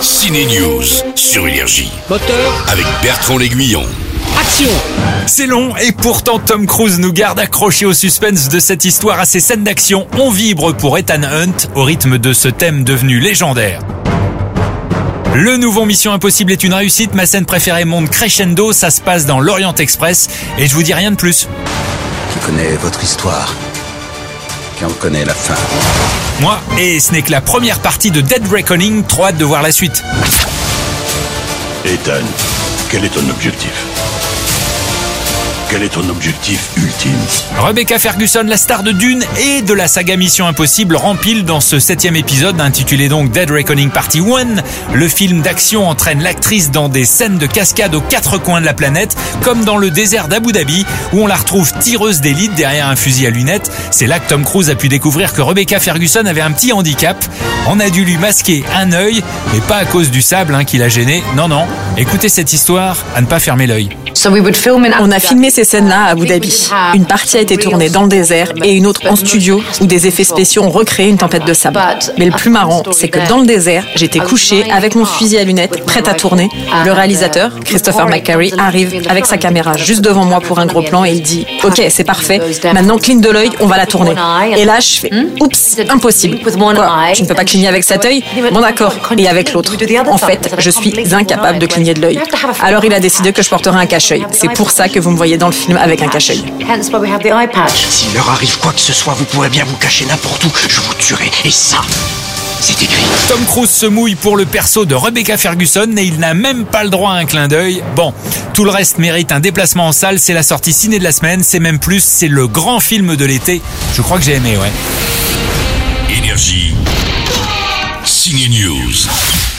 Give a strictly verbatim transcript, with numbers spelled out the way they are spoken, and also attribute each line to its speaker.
Speaker 1: Ciné News sur Énergie.
Speaker 2: Moteur,
Speaker 1: Avec Bertrand L'Aiguillon.
Speaker 2: action.
Speaker 3: C'est long et pourtant Tom Cruise nous garde accrochés au suspense de cette histoire à ses scènes d'action. On vibre pour Ethan Hunt au rythme de ce thème devenu légendaire. Le nouveau Mission Impossible est une réussite, ma scène préférée monte crescendo, ça se passe dans l'Orient Express et je vous dis rien de plus.
Speaker 4: Qui connaît votre histoire? Qui en connaît la fin?
Speaker 3: Moi, et ce n'est que la première partie de Dead Reckoning, trop hâte de voir la suite.
Speaker 5: Ethan, quel est ton objectif? Quel est ton objectif ultime?
Speaker 3: Rebecca Ferguson, la star de Dune et de la saga Mission Impossible, rempile dans ce septième épisode, intitulé donc Dead Reckoning Party un. Le film d'action entraîne l'actrice dans des scènes de cascade aux quatre coins de la planète, comme dans le désert d'Abu Dhabi, où on la retrouve tireuse d'élite derrière un fusil à lunettes. C'est là que Tom Cruise a pu découvrir que Rebecca Ferguson avait un petit handicap. On a dû lui masquer un œil, mais pas à cause du sable hein, qui l'a gêné. Non, non. Écoutez cette histoire, à ne pas fermer l'œil.
Speaker 6: On a filmé ces scènes-là à Abu Dhabi. Une partie a été tournée dans le désert et une autre en studio où des effets spéciaux ont recréé une tempête de sable. Mais le plus marrant, c'est que dans le désert, j'étais couchée avec mon fusil à lunettes, prête à tourner. Le réalisateur, Christopher McQuarrie, arrive avec sa caméra juste devant moi pour un gros plan et il dit « Ok, c'est parfait, maintenant cligne de l'œil, on va la tourner. » Et là, je fais « Oups, impossible. Quoi, je ne peux pas cligner avec cet œil? Bon d'accord, et avec l'autre. En fait, je suis incapable de cligner de l'œil. Alors il a décidé que je porterai un cache-œil. C'est pour ça que vous me voyez dans le film avec un cache-œil.
Speaker 7: S'il leur arrive quoi que ce soit, vous pourrez bien vous cacher n'importe où. Je vous tuerai. Et ça, c'est écrit.
Speaker 3: Tom Cruise se mouille pour le perso de Rebecca Ferguson et il n'a même pas le droit à un clin d'œil. Bon, tout le reste mérite un déplacement en salle. C'est la sortie ciné de la semaine. C'est même plus, c'est le grand film de l'été. Je crois que j'ai aimé, ouais.
Speaker 1: Énergie. Ciné News.